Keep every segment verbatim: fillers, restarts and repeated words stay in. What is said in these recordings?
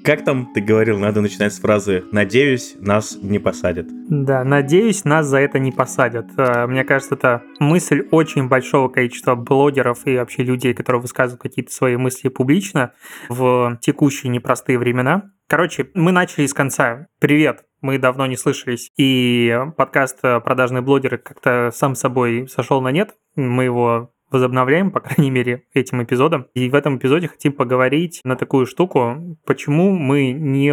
Как там ты говорил, надо начинать с фразы «надеюсь, нас не посадят». Да, надеюсь, нас за это не посадят. Э, Мне кажется, это мысль очень большого количества блогеров и вообще людей, которые высказывают какие-то свои мысли публично в текущие непростые времена. Короче, мы начали с конца. Привет, мы давно не слышались. И подкаст э, «Продажные блогеры» как-то сам собой сошел на нет. Мы его возобновляем, по крайней мере, этим эпизодом. И в этом эпизоде хотим поговорить на такую штуку, почему мы не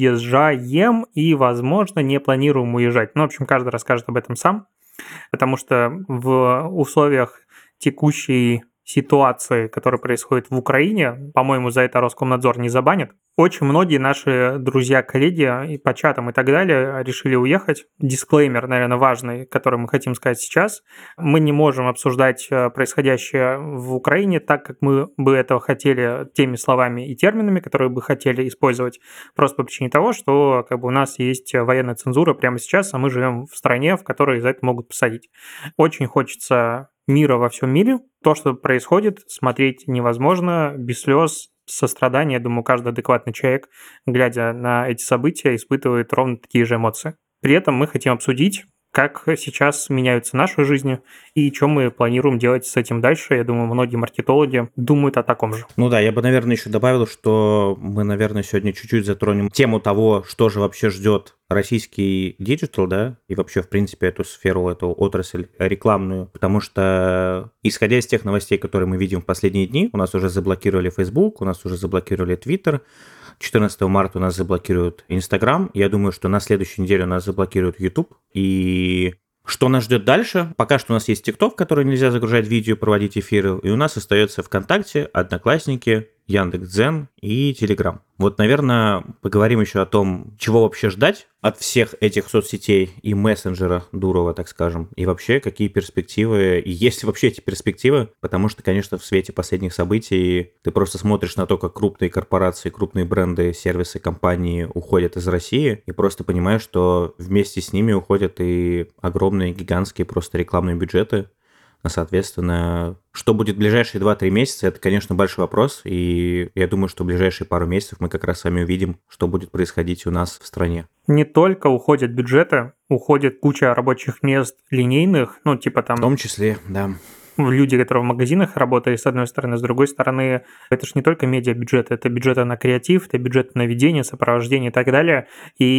уезжаем и, возможно, не планируем уезжать. Ну, в общем, каждый расскажет об этом сам, потому что в условиях текущей ситуации, которая происходит в Украине, по-моему, за это Роскомнадзор не забанит. Очень многие наши друзья, коллеги и по чатам и так далее решили уехать. Дисклеймер, наверное, важный, который мы хотим сказать сейчас. Мы не можем обсуждать э, происходящее в Украине так, как мы бы этого хотели, теми словами и терминами, которые бы хотели использовать, просто по причине того, что как бы, у нас есть военная цензура прямо сейчас, а мы живем в стране, в которой за это могут посадить. Очень хочется мира во всем мире. То, что происходит, смотреть невозможно без слез, сострадания. Думаю, каждый адекватный человек, глядя на эти события, испытывает ровно такие же эмоции. При этом мы хотим обсудить, как сейчас меняются наши жизни и что мы планируем делать с этим дальше. Я думаю, многие маркетологи думают о таком же. Ну да, я бы, наверное, еще добавил, что мы, наверное, сегодня чуть-чуть затронем тему того, что же вообще ждет российский диджитал, да, и вообще, в принципе, эту сферу, эту отрасль рекламную, потому что, исходя из тех новостей, которые мы видим в последние дни, у нас уже заблокировали Facebook, у нас уже заблокировали Twitter, четырнадцатого марта у нас заблокируют Instagram, я думаю, что на следующей неделе у нас заблокируют YouTube, и что нас ждет дальше? Пока что у нас есть TikTok, в который нельзя загружать видео, проводить эфиры, и у нас остается ВКонтакте, Одноклассники, Яндекс.Дзен и Телеграм. Вот, наверное, поговорим еще о том, чего вообще ждать от всех этих соцсетей и мессенджера Дурова, так скажем, и вообще какие перспективы, и есть ли вообще эти перспективы, потому что, конечно, в свете последних событий ты просто смотришь на то, как крупные корпорации, крупные бренды, сервисы, компании уходят из России, и просто понимаешь, что вместе с ними уходят и огромные, гигантские просто рекламные бюджеты. Соответственно, что будет в ближайшие два-три месяца, это, конечно, большой вопрос, и я думаю, что в ближайшие пару месяцев мы как раз с вами увидим, что будет происходить у нас в стране. Не только уходят бюджеты, уходит куча рабочих мест линейных, ну, типа там... В том числе, да. Люди, которые в магазинах работали, с одной стороны, с другой стороны, это же не только медиабюджеты, это бюджеты на креатив, это бюджеты на ведение, сопровождение и так далее.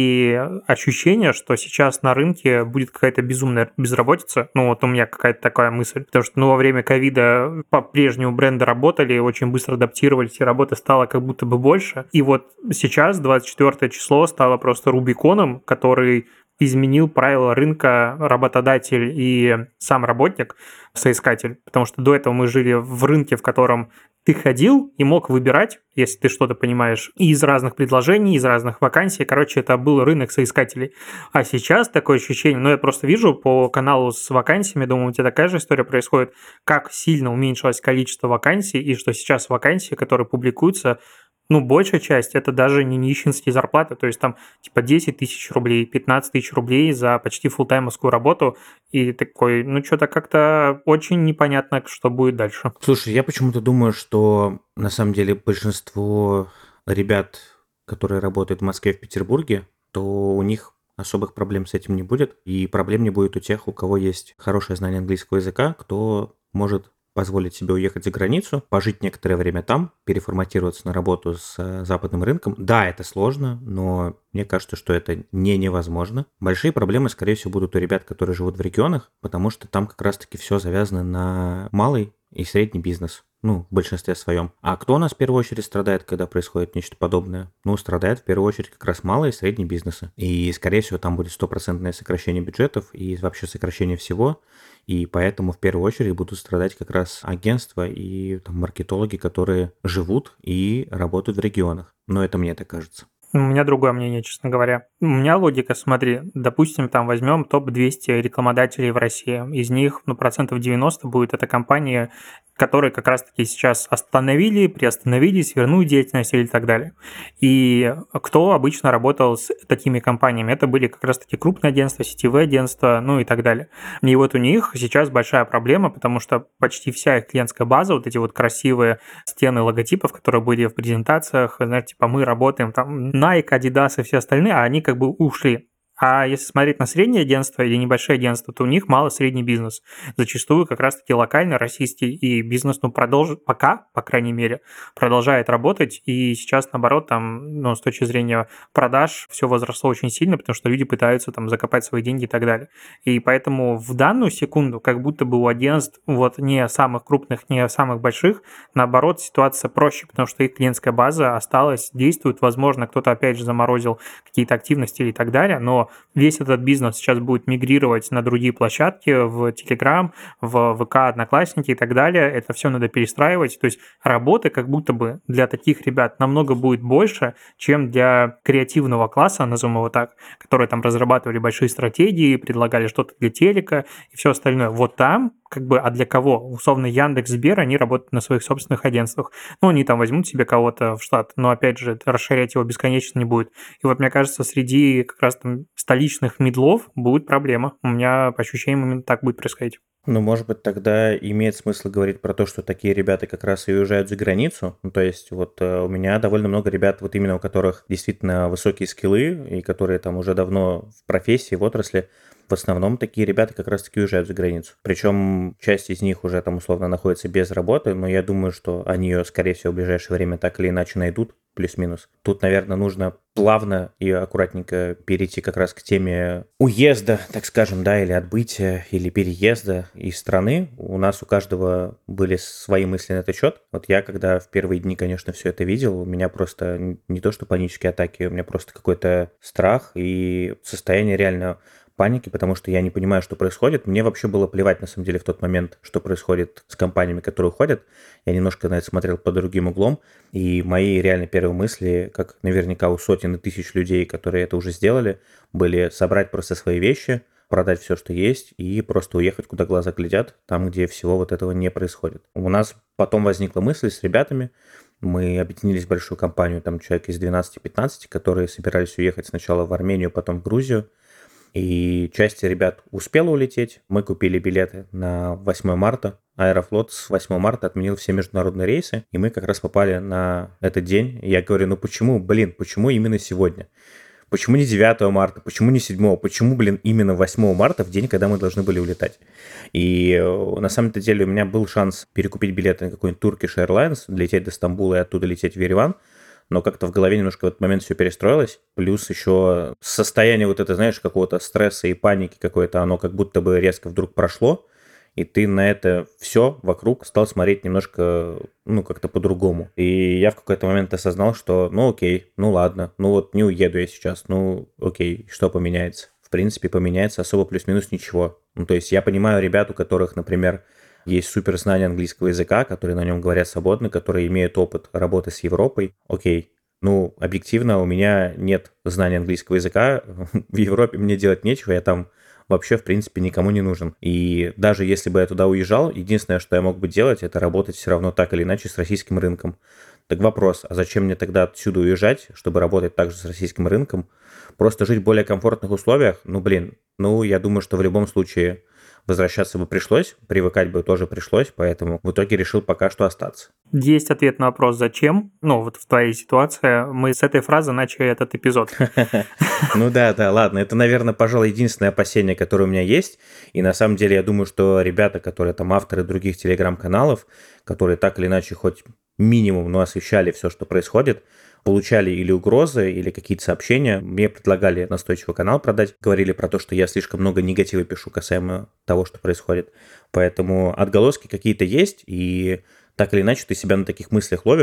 И ощущение, что сейчас на рынке будет какая-то безумная безработица. Ну, вот у меня какая-то такая мысль. Потому что ну, во время ковида по-прежнему бренды работали, очень быстро адаптировались, и работы стало как будто бы больше. И вот сейчас, двадцать четвёртое число, стало просто рубиконом, который изменил правила рынка работодатель и сам работник, соискатель, потому что до этого мы жили в рынке, в котором ты ходил и мог выбирать, если ты что-то понимаешь, из разных предложений, из разных вакансий. Короче, это был рынок соискателей. А сейчас такое ощущение, ну, я просто вижу по каналу с вакансиями, думаю, у тебя такая же история происходит, как сильно уменьшилось количество вакансий, и что сейчас вакансии, которые публикуются, ну, большая часть – это даже не нищенские зарплаты, то есть там типа десять тысяч рублей, пятнадцать тысяч рублей за почти фуллтаймовскую работу, и такой, ну, что-то как-то очень непонятно, что будет дальше. Слушай, я почему-то думаю, что на самом деле большинство ребят, которые работают в Москве, в Петербурге, то у них особых проблем с этим не будет, и проблем не будет у тех, у кого есть хорошее знание английского языка, кто может позволить себе уехать за границу, пожить некоторое время там, переформатироваться на работу с западным рынком. Да, это сложно, но мне кажется, что это не невозможно. Большие проблемы, скорее всего, будут у ребят, которые живут в регионах, потому что там как раз-таки все завязано на малый и средний бизнес. Ну, в большинстве своем. А кто у нас в первую очередь страдает, когда происходит нечто подобное? Ну, страдает в первую очередь как раз малые и средние бизнесы. И, скорее всего, там будет стопроцентное сокращение бюджетов и вообще сокращение всего. И поэтому в первую очередь будут страдать как раз агентства и там, маркетологи, которые живут и работают в регионах. Но это мне так кажется. У меня другое мнение, честно говоря. У меня логика, смотри, допустим, там возьмем топ двести рекламодателей в России. Из них, ну, процентов девяносто будет это компании, которые как раз-таки сейчас остановили, приостановили, свернули деятельность или так далее. И кто обычно работал с такими компаниями? Это были как раз-таки крупные агентства, сетевые агентства, ну и так далее. И вот у них сейчас большая проблема, потому что почти вся их клиентская база, вот эти вот красивые стены логотипов, которые были в презентациях, знаешь, типа мы работаем там Nike, Adidas и все остальные, а они как бы ушли. А если смотреть на средние агентства или небольшие агентства, то у них мало средний бизнес. Зачастую как раз-таки локально российский и бизнес, ну, продолжит, пока, по крайней мере, продолжает работать. И сейчас, наоборот, там, ну, с точки зрения продаж, все возросло очень сильно, потому что люди пытаются там закопать свои деньги и так далее. И поэтому в данную секунду, как будто бы у агентств, вот не самых крупных, не самых больших, наоборот, ситуация проще, потому что их клиентская база осталась, действует. Возможно, кто-то опять же заморозил какие-то активности и так далее, но весь этот бизнес сейчас будет мигрировать на другие площадки, в Telegram, в ВК, Одноклассники и так далее. Это все надо перестраивать. То есть работы как будто бы для таких ребят намного будет больше, чем для креативного класса, назовем его так, которые там разрабатывали большие стратегии, предлагали что-то для телека и все остальное. Вот там как бы, а для кого? Условно, Яндекс, Сбер, они работают на своих собственных агентствах. Ну, они там возьмут себе кого-то в штат, но, опять же, расширять его бесконечно не будет. И вот, мне кажется, среди как раз там столичных мидлов будет проблема. У меня по ощущениям именно так будет происходить. Ну, может быть, тогда имеет смысл говорить про то, что такие ребята как раз и уезжают за границу. Ну, то есть вот э, у меня довольно много ребят, вот именно у которых действительно высокие скиллы, и которые там уже давно в профессии, в отрасли. В основном такие ребята как раз-таки уезжают за границу. Причем часть из них уже там условно находится без работы, но я думаю, что они ее, скорее всего, в ближайшее время так или иначе найдут, плюс-минус. Тут, наверное, нужно плавно и аккуратненько перейти как раз к теме уезда, так скажем, да, или отбытия, или переезда из страны. У нас у каждого были свои мысли на этот счет. Вот я, когда в первые дни, конечно, все это видел, у меня просто не то что панические атаки, у меня просто какой-то страх и состояние реально паники, потому что я не понимаю, что происходит. Мне вообще было плевать, на самом деле, в тот момент, что происходит с компаниями, которые уходят. Я немножко на это смотрел под другим углом, и мои реально первые мысли, как наверняка у сотен и тысяч людей, которые это уже сделали, были собрать просто свои вещи, продать все, что есть, и просто уехать, куда глаза глядят, там, где всего вот этого не происходит. У нас потом возникла мысль с ребятами, мы объединились в большую компанию, там человек из двенадцати-пятнадцати, которые собирались уехать сначала в Армению, потом в Грузию. И часть ребят успела улететь. Мы купили билеты на восьмое марта. Аэрофлот с восьмого марта отменил все международные рейсы, и мы как раз попали на этот день. И я говорю, ну почему, блин, почему именно сегодня? Почему не девятого марта? Почему не седьмого? Почему, блин, именно восьмого марта, в день, когда мы должны были улетать? И на самом-то деле у меня был шанс перекупить билеты на какой-нибудь Turkish Airlines, лететь до Стамбула и оттуда лететь в Ереван. Но как-то в голове немножко в этот момент все перестроилось. Плюс еще состояние вот это, знаешь, какого-то стресса и паники какое-то, оно как будто бы резко вдруг прошло, и ты на это все вокруг стал смотреть немножко, ну, как-то по-другому. И я в какой-то момент осознал, что, ну, окей, ну, ладно, ну, вот не уеду я сейчас, ну, окей, что поменяется? В принципе, поменяется особо плюс-минус ничего. Ну, то есть я понимаю ребят, у которых, например, есть супер знание английского языка, которые на нем говорят свободно, которые имеют опыт работы с Европой. Окей, ну, объективно у меня нет знания английского языка, в Европе мне делать нечего, я там вообще, в принципе, никому не нужен. И даже если бы я туда уезжал, единственное, что я мог бы делать, это работать все равно так или иначе с российским рынком. Так вопрос, а зачем мне тогда отсюда уезжать, чтобы работать также с российским рынком? Просто жить в более комфортных условиях? Ну, блин, ну, я думаю, что в любом случае возвращаться бы пришлось, привыкать бы тоже пришлось, поэтому в итоге решил пока что остаться. Есть ответ на вопрос «Зачем?». Ну, вот в твоей ситуации мы с этой фразы начали этот эпизод. Ну да, да, ладно. Это, наверное, пожалуй, единственное опасение, которое у меня есть. И на самом деле я думаю, что ребята, которые там авторы других телеграм-каналов, которые так или иначе хоть минимум, но освещали все, что происходит, получали или угрозы, или какие-то сообщения. Мне предлагали настойчиво канал продать. Говорили про то, что я слишком много негатива пишу касаемо того, что происходит. Поэтому отголоски какие-то есть, и так или иначе ты себя на таких мыслях ловишь.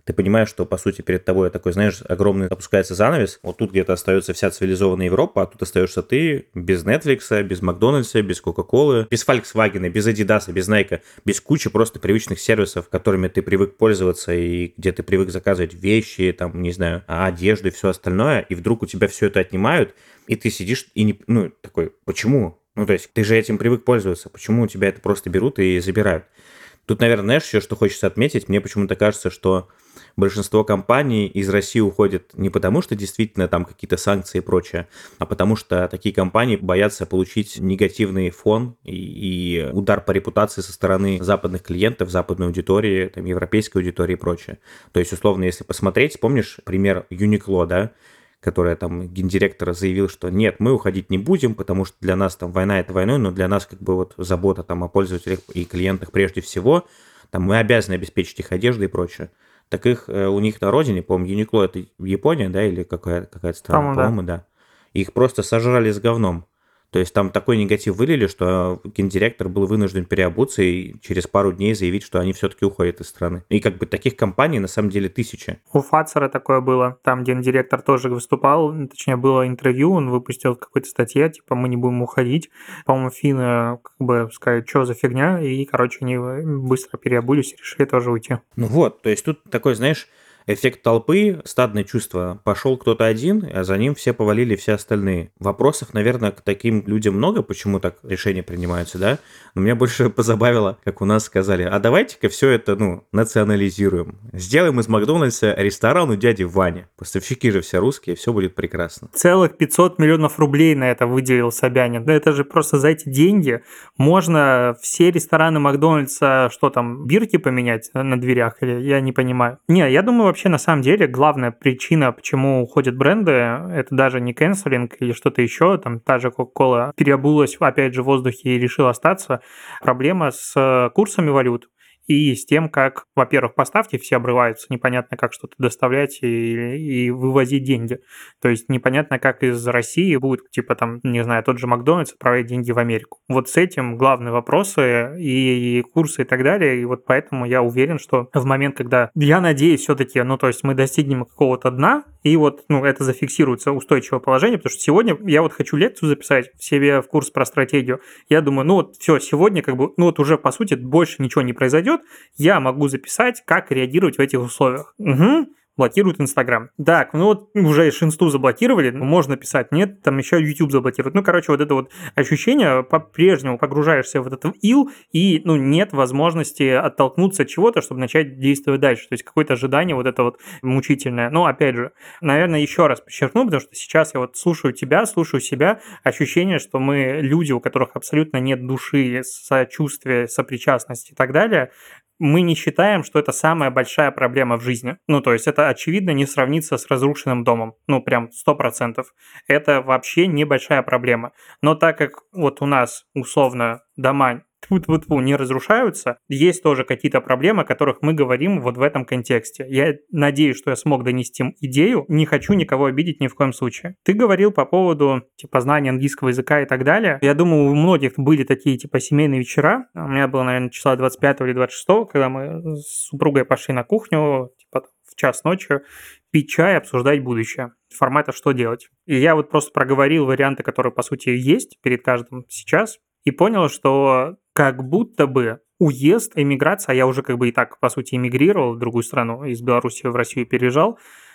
ты понимаешь, что, по сути, перед тобой такой, знаешь, огромный опускается занавес, вот тут где-то остается вся цивилизованная Европа, а тут остаешься ты без Netflix, без Макдональдса, без Кока-Колы, без Volkswagen, без Adidas, без Nike, без кучи просто привычных сервисов, которыми ты привык пользоваться и где ты привык заказывать вещи, там, не знаю, одежду и все остальное, и вдруг у тебя все это отнимают, и ты сидишь и не, ну, такой, почему? Ну, то есть ты же этим привык пользоваться, почему у тебя это просто берут и забирают? Тут, наверное, знаешь, еще что хочется отметить, мне почему-то кажется, что большинство компаний из России уходят не потому, что действительно там какие-то санкции и прочее, а потому что такие компании боятся получить негативный фон и, и удар по репутации со стороны западных клиентов, западной аудитории, там, европейской аудитории и прочее. То есть, условно, если посмотреть, помнишь пример Uniqlo, да, которая там гендиректор заявил, что нет, мы уходить не будем, потому что для нас там война это войной, но для нас как бы вот забота там о пользователях и клиентах прежде всего, там мы обязаны обеспечить их одеждой и прочее. Так их э, у них на родине, по-моему, Uniqlo это Япония, да, или какая, какая-то страна, По-моему, да. по-моему, да. Их просто сожрали с говном. То есть там такой негатив вылили, что гендиректор был вынужден переобуться и через пару дней заявить, что они все-таки уходят из страны. И как бы таких компаний на самом деле тысячи. У Фацера такое было, там гендиректор тоже выступал, точнее было интервью, он выпустил в какой-то статье, типа мы не будем уходить. По-моему, финны как бы сказали, что за фигня, и, короче, они быстро переобулись и решили тоже уйти. Ну вот, то есть тут такой, знаешь, эффект толпы, стадное чувство. Пошел кто-то один, а за ним все повалили все остальные. Вопросов, наверное, к таким людям много, почему так решения принимаются, да? Но меня больше позабавило, как у нас сказали, а давайте-ка все это, ну, национализируем. Сделаем из Макдональдса ресторан у дяди Вани. Поставщики же все русские, все будет прекрасно. Целых пятьсот миллионов рублей на это выделил Собянин. Да это же просто за эти деньги можно все рестораны Макдональдса, что там, бирки поменять на дверях, или я не понимаю. Не, я думаю, вообще на самом деле главная причина, почему уходят бренды, это даже не кэнселинг или что-то еще, там та же Coca-Cola переобулась опять же в воздухе и решила остаться. Проблема с курсами валют и с тем, как, во-первых, поставки все обрываются, непонятно, как что-то доставлять и, и вывозить деньги. То есть непонятно, как из России будет, типа там, не знаю, тот же Макдональдс отправлять деньги в Америку. Вот с этим главные вопросы и, и курсы и так далее. И вот поэтому я уверен, что в момент, когда, я надеюсь, все-таки, ну, то есть мы достигнем какого-то дна, и вот, ну, это зафиксируется устойчивое положение, потому что сегодня я вот хочу лекцию записать себе в курс про стратегию. Я думаю, ну вот все, сегодня как бы, ну вот уже по сути больше ничего не произойдет, я могу записать, как реагировать в этих условиях. Угу. Блокируют Инстаграм. Так, ну вот уже и Инсту заблокировали, можно писать, нет, там еще YouTube заблокируют. Ну, короче, вот это вот ощущение, по-прежнему погружаешься в этот ил, и, ну, нет возможности оттолкнуться от чего-то, чтобы начать действовать дальше. То есть какое-то ожидание вот это вот мучительное. Но, опять же, наверное, еще раз подчеркну, потому что сейчас я вот слушаю тебя, слушаю себя, ощущение, что мы люди, у которых абсолютно нет души, сочувствия, сопричастности и так далее, мы не считаем, что это самая большая проблема в жизни. Ну, то есть это, очевидно, не сравнится с разрушенным домом. Ну, прям сто процентов. Это вообще небольшая проблема. Но так как вот у нас, условно, дома тьфу-тьфу-тьфу, не разрушаются, есть тоже какие-то проблемы, о которых мы говорим вот в этом контексте. Я надеюсь, что я смог донести идею, не хочу никого обидеть ни в коем случае. Ты говорил по поводу, типа, знания английского языка и так далее. Я думаю, у многих были такие, типа, семейные вечера. У меня было, наверное, числа двадцать пятого или двадцать шестого, когда мы с супругой пошли на кухню, типа, в час ночи, пить чай, обсуждать будущее. Формата «что делать?». И я вот просто проговорил варианты, которые, по сути, есть перед каждым сейчас, и понял, что как будто бы уезд, эмиграция, а я уже как бы и так, по сути, эмигрировал в другую страну, из Беларуси в Россию переезжал,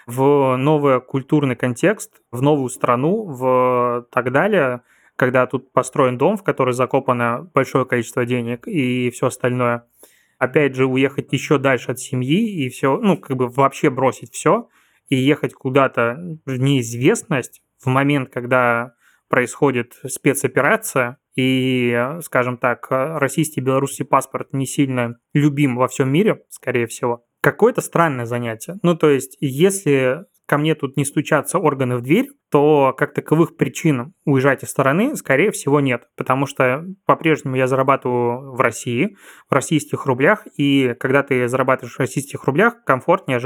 в новый культурный контекст, в новую страну, в так далее, когда тут построен дом, в который закопано большое количество денег и все остальное. Опять же, уехать еще дальше от семьи и все, ну, как бы вообще бросить все и ехать куда-то в неизвестность в момент, когда происходит спецоперация, и, скажем так, российский и белорусский паспорт не сильно любим во всем мире, скорее всего. Какое-то странное занятие. Ну, то есть, если ко мне тут не стучатся органы в дверь, то как таковых причин уезжать из страны, скорее всего, нет. Потому что по-прежнему я зарабатываю в России, в российских рублях, и когда ты зарабатываешь в российских рублях, комфортнее жить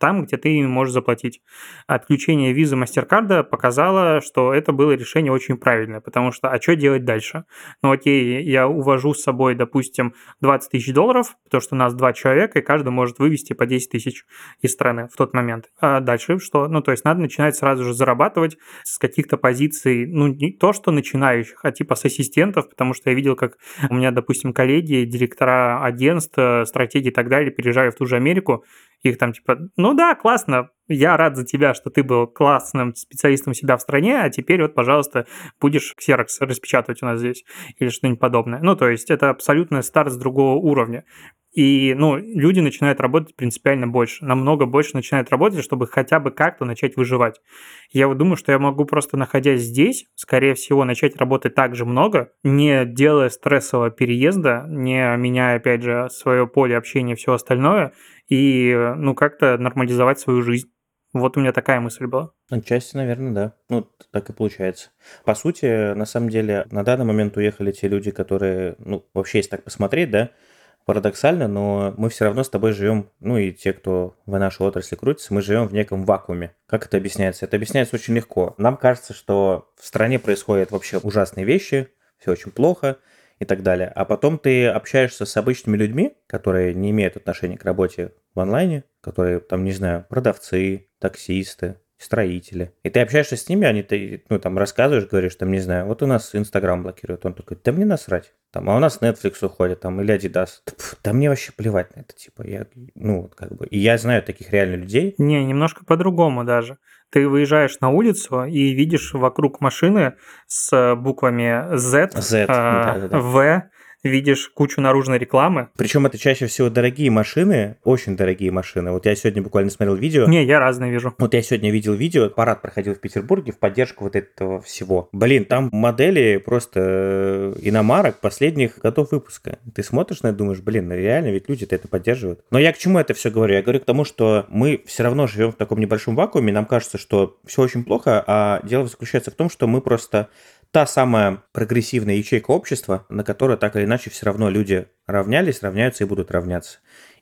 там, где ты ими можешь заплатить. Отключение визы MasterCard показало, что это было решение очень правильное, потому что, а что делать дальше? Ну окей, я увожу с собой, допустим, двадцать тысяч долларов, потому что у нас два человека, и каждый может вывести по десять тысяч из страны в тот момент. А дальше что? Ну, то есть надо начинать сразу же зарабатывать с каких-то позиций, ну, не то, что начинающих, а типа с ассистентов, потому что я видел, как у меня, допустим, коллеги, директора агентств, стратегии и так далее, переезжая в ту же Америку, их там типа, ну да, классно, я рад за тебя, что ты был классным специалистом у себя в стране, а теперь вот, пожалуйста, будешь ксерокс распечатывать у нас здесь или что-нибудь подобное. Ну, то есть это абсолютно старт с другого уровня. И, ну, люди начинают работать принципиально больше, намного больше начинают работать, чтобы хотя бы как-то начать выживать. Я вот думаю, что я могу просто, находясь здесь, скорее всего, начать работать так же много, не делая стрессового переезда, не меняя, опять же, свое поле общения и все остальное, и, ну, как-то нормализовать свою жизнь. Вот у меня такая мысль была. Отчасти, наверное, да. Ну, так и получается. По сути, на самом деле, на данный момент уехали те люди, которые, ну, вообще, если так посмотреть, да, парадоксально, но мы все равно с тобой живем, ну и те, кто в нашей отрасли крутится, мы живем в неком вакууме. Как это объясняется? Это объясняется очень легко. Нам кажется, что в стране происходят вообще ужасные вещи, все очень плохо и так далее. А потом ты общаешься с обычными людьми, которые не имеют отношения к работе в онлайне, которые, там, не знаю, продавцы, таксисты, строители. И ты общаешься с ними, они ты, ну, там, рассказываешь, говоришь, там, не знаю, вот у нас Инстаграм блокирует. Он такой, да мне насрать. Там, а у нас Netflix уходит, там, или Adidas. Да, пф, да мне вообще плевать на это, типа, я, ну, вот как бы, и я знаю таких реально людей. Не, немножко по-другому даже. Ты выезжаешь на улицу и видишь вокруг машины с буквами Z, Z, э, да-да-да. V, видишь кучу наружной рекламы. Причем это чаще всего дорогие машины, очень дорогие машины. Вот я сегодня буквально смотрел видео. Не, я разные вижу. Вот я сегодня видел видео, парад проходил в Петербурге в поддержку вот этого всего. Блин, там модели просто э, иномарок последних годов выпуска. Ты смотришь на это, думаешь, блин, ну реально, ведь люди-то это поддерживают. Но я к чему это все говорю? Я говорю к тому, что мы все равно живем в таком небольшом вакууме, нам кажется, что все очень плохо, а дело заключается в том, что мы просто та самая прогрессивная ячейка общества, на которую так или иначе все равно люди равнялись, равняются и будут равняться.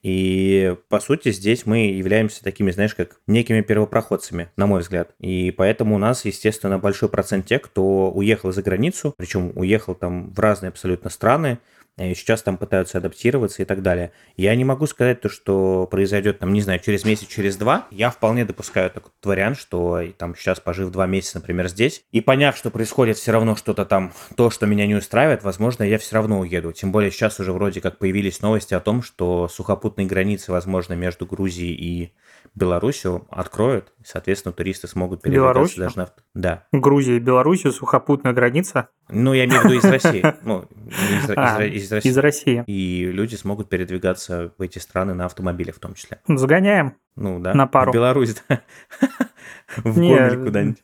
И, по сути, здесь мы являемся такими, знаешь, как некими первопроходцами, на мой взгляд. И поэтому у нас, естественно, большой процент тех, кто уехал за границу, причем уехал там в разные абсолютно страны, и сейчас там пытаются адаптироваться и так далее. Я не могу сказать то, что произойдет, там, не знаю, через месяц, через два. Я вполне допускаю такой вариант, что там сейчас, пожив два месяца, например, здесь, и поняв, что происходит все равно что-то там, то, что меня не устраивает, возможно, я все равно уеду. Тем более сейчас уже вроде как появились новости о том, что сухопутные границы, возможно, между Грузией и Белоруссию откроют, и, соответственно, туристы смогут передвигаться даже на... Да. Грузия и Белоруссия, сухопутная граница? Ну, я имею в виду из России. Ну, из, а, из, из России. Из России. И люди смогут передвигаться в эти страны на автомобилях в том числе. Загоняем. Ну, да. На пару. В Беларусь, да. В Не, Гомель куда-нибудь.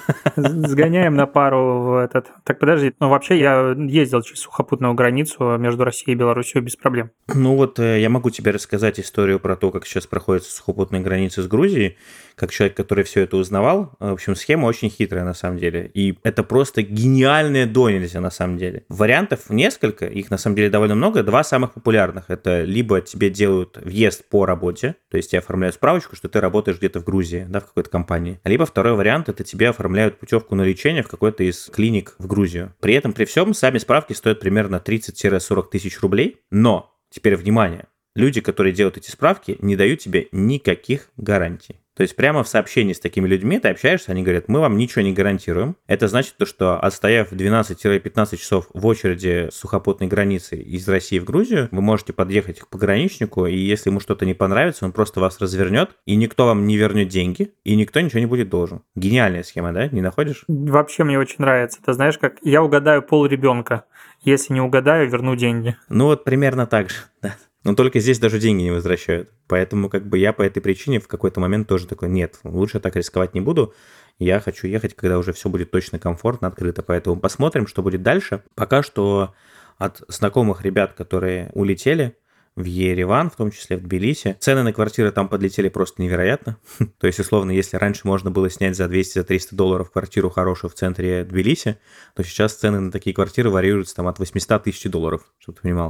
Сгоняем на пару в этот... Так, подожди. Ну, вообще, я ездил через сухопутную границу между Россией и Беларусью без проблем. Ну, вот э, я могу тебе рассказать историю про то, как сейчас проходят сухопутные границы с Грузией, как человек, который все это узнавал. В общем, схема очень хитрая, на самом деле. И это просто гениальное до нельзя, на самом деле. Вариантов несколько, их, на самом деле, довольно много. Два самых популярных. Это либо тебе делают въезд по работе, то есть тебе оформляют справочку, что ты работаешь где-то в Грузии, да, в какой-то компании. Либо второй вариант, это тебе оформляют путевку на лечение в какой-то из клиник в Грузию. При этом, при всем, сами справки стоят примерно тридцать-сорок тысяч рублей, но, теперь внимание, люди, которые делают эти справки, не дают тебе никаких гарантий. То есть прямо в сообщении с такими людьми ты общаешься, они говорят, мы вам ничего не гарантируем. Это значит то, что отстояв двенадцать-пятнадцать часов в очереди с сухопутной границы из России в Грузию, вы можете подъехать к пограничнику, и если ему что-то не понравится, он просто вас развернет, и никто вам не вернет деньги, и никто ничего не будет должен. Гениальная схема, да? Не находишь? Вообще мне очень нравится. Ты знаешь, как я угадаю пол ребенка. Если не угадаю, верну деньги. Ну вот примерно так же, да. Но только здесь даже деньги не возвращают. Поэтому как бы я по этой причине в какой-то момент тоже такой, нет, лучше так рисковать не буду. Я хочу ехать, когда уже все будет точно комфортно, открыто. Поэтому посмотрим, что будет дальше. Пока что от знакомых ребят, которые улетели в Ереван, в том числе в Тбилиси, цены на квартиры там подлетели просто невероятно. То есть, условно, если раньше можно было снять за двести-триста долларов квартиру хорошую в центре Тбилиси, то сейчас цены на такие квартиры варьируются там от восемьсот тысяч долларов, чтобы ты понимал.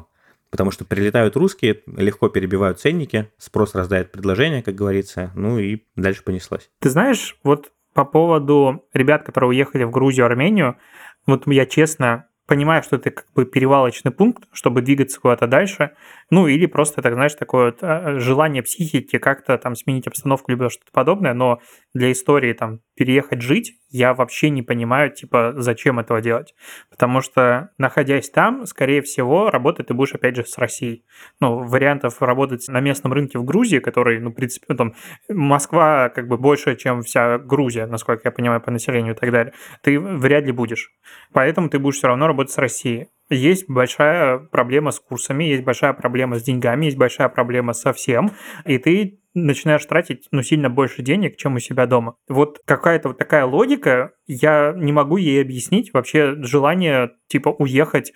Потому что прилетают русские, легко перебивают ценники, спрос рождает предложение, как говорится, ну и дальше понеслось. Ты знаешь, вот по поводу ребят, которые уехали в Грузию, Армению, вот я честно понимаю, что это как бы перевалочный пункт, чтобы двигаться куда-то дальше, ну или просто, так знаешь, такое вот а, желание психики как-то там сменить обстановку, либо что-то подобное, но для истории там переехать жить, я вообще не понимаю, типа, зачем этого делать. Потому что, находясь там, скорее всего, работать ты будешь, опять же, с Россией. Ну, вариантов работать на местном рынке в Грузии, который, ну, в принципе, ну, там, Москва как бы больше, чем вся Грузия, насколько я понимаю, по населению и так далее, ты вряд ли будешь. Поэтому ты будешь все равно работать с Россией. Есть большая проблема с курсами, есть большая проблема с деньгами, есть большая проблема со всем, и ты начинаешь тратить, ну, сильно больше денег, чем у себя дома. Вот какая-то вот такая логика, я не могу ей объяснить вообще желание, типа, уехать